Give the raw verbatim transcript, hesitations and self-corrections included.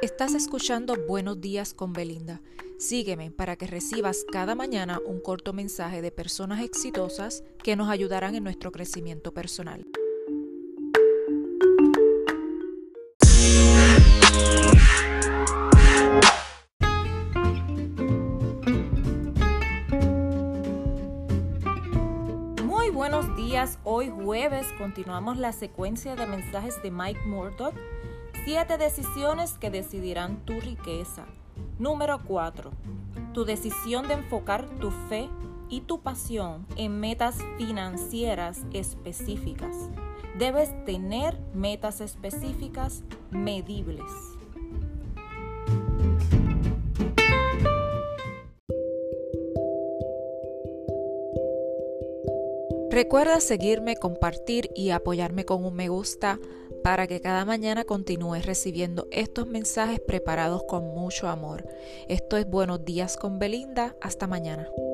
Estás escuchando Buenos Días con Belinda. Sígueme para que recibas cada mañana un corto mensaje de personas exitosas que nos ayudarán en nuestro crecimiento personal. Muy buenos días, hoy jueves continuamos la secuencia de mensajes de Mike Murdock. Siete decisiones que decidirán tu riqueza. Número cuatro. Tu decisión de enfocar tu fe y tu pasión en metas financieras específicas. Debes tener metas específicas medibles. Recuerda seguirme, compartir y apoyarme con un me gusta para que cada mañana continúes recibiendo estos mensajes preparados con mucho amor. Esto es Buenos Días con Belinda. Hasta mañana.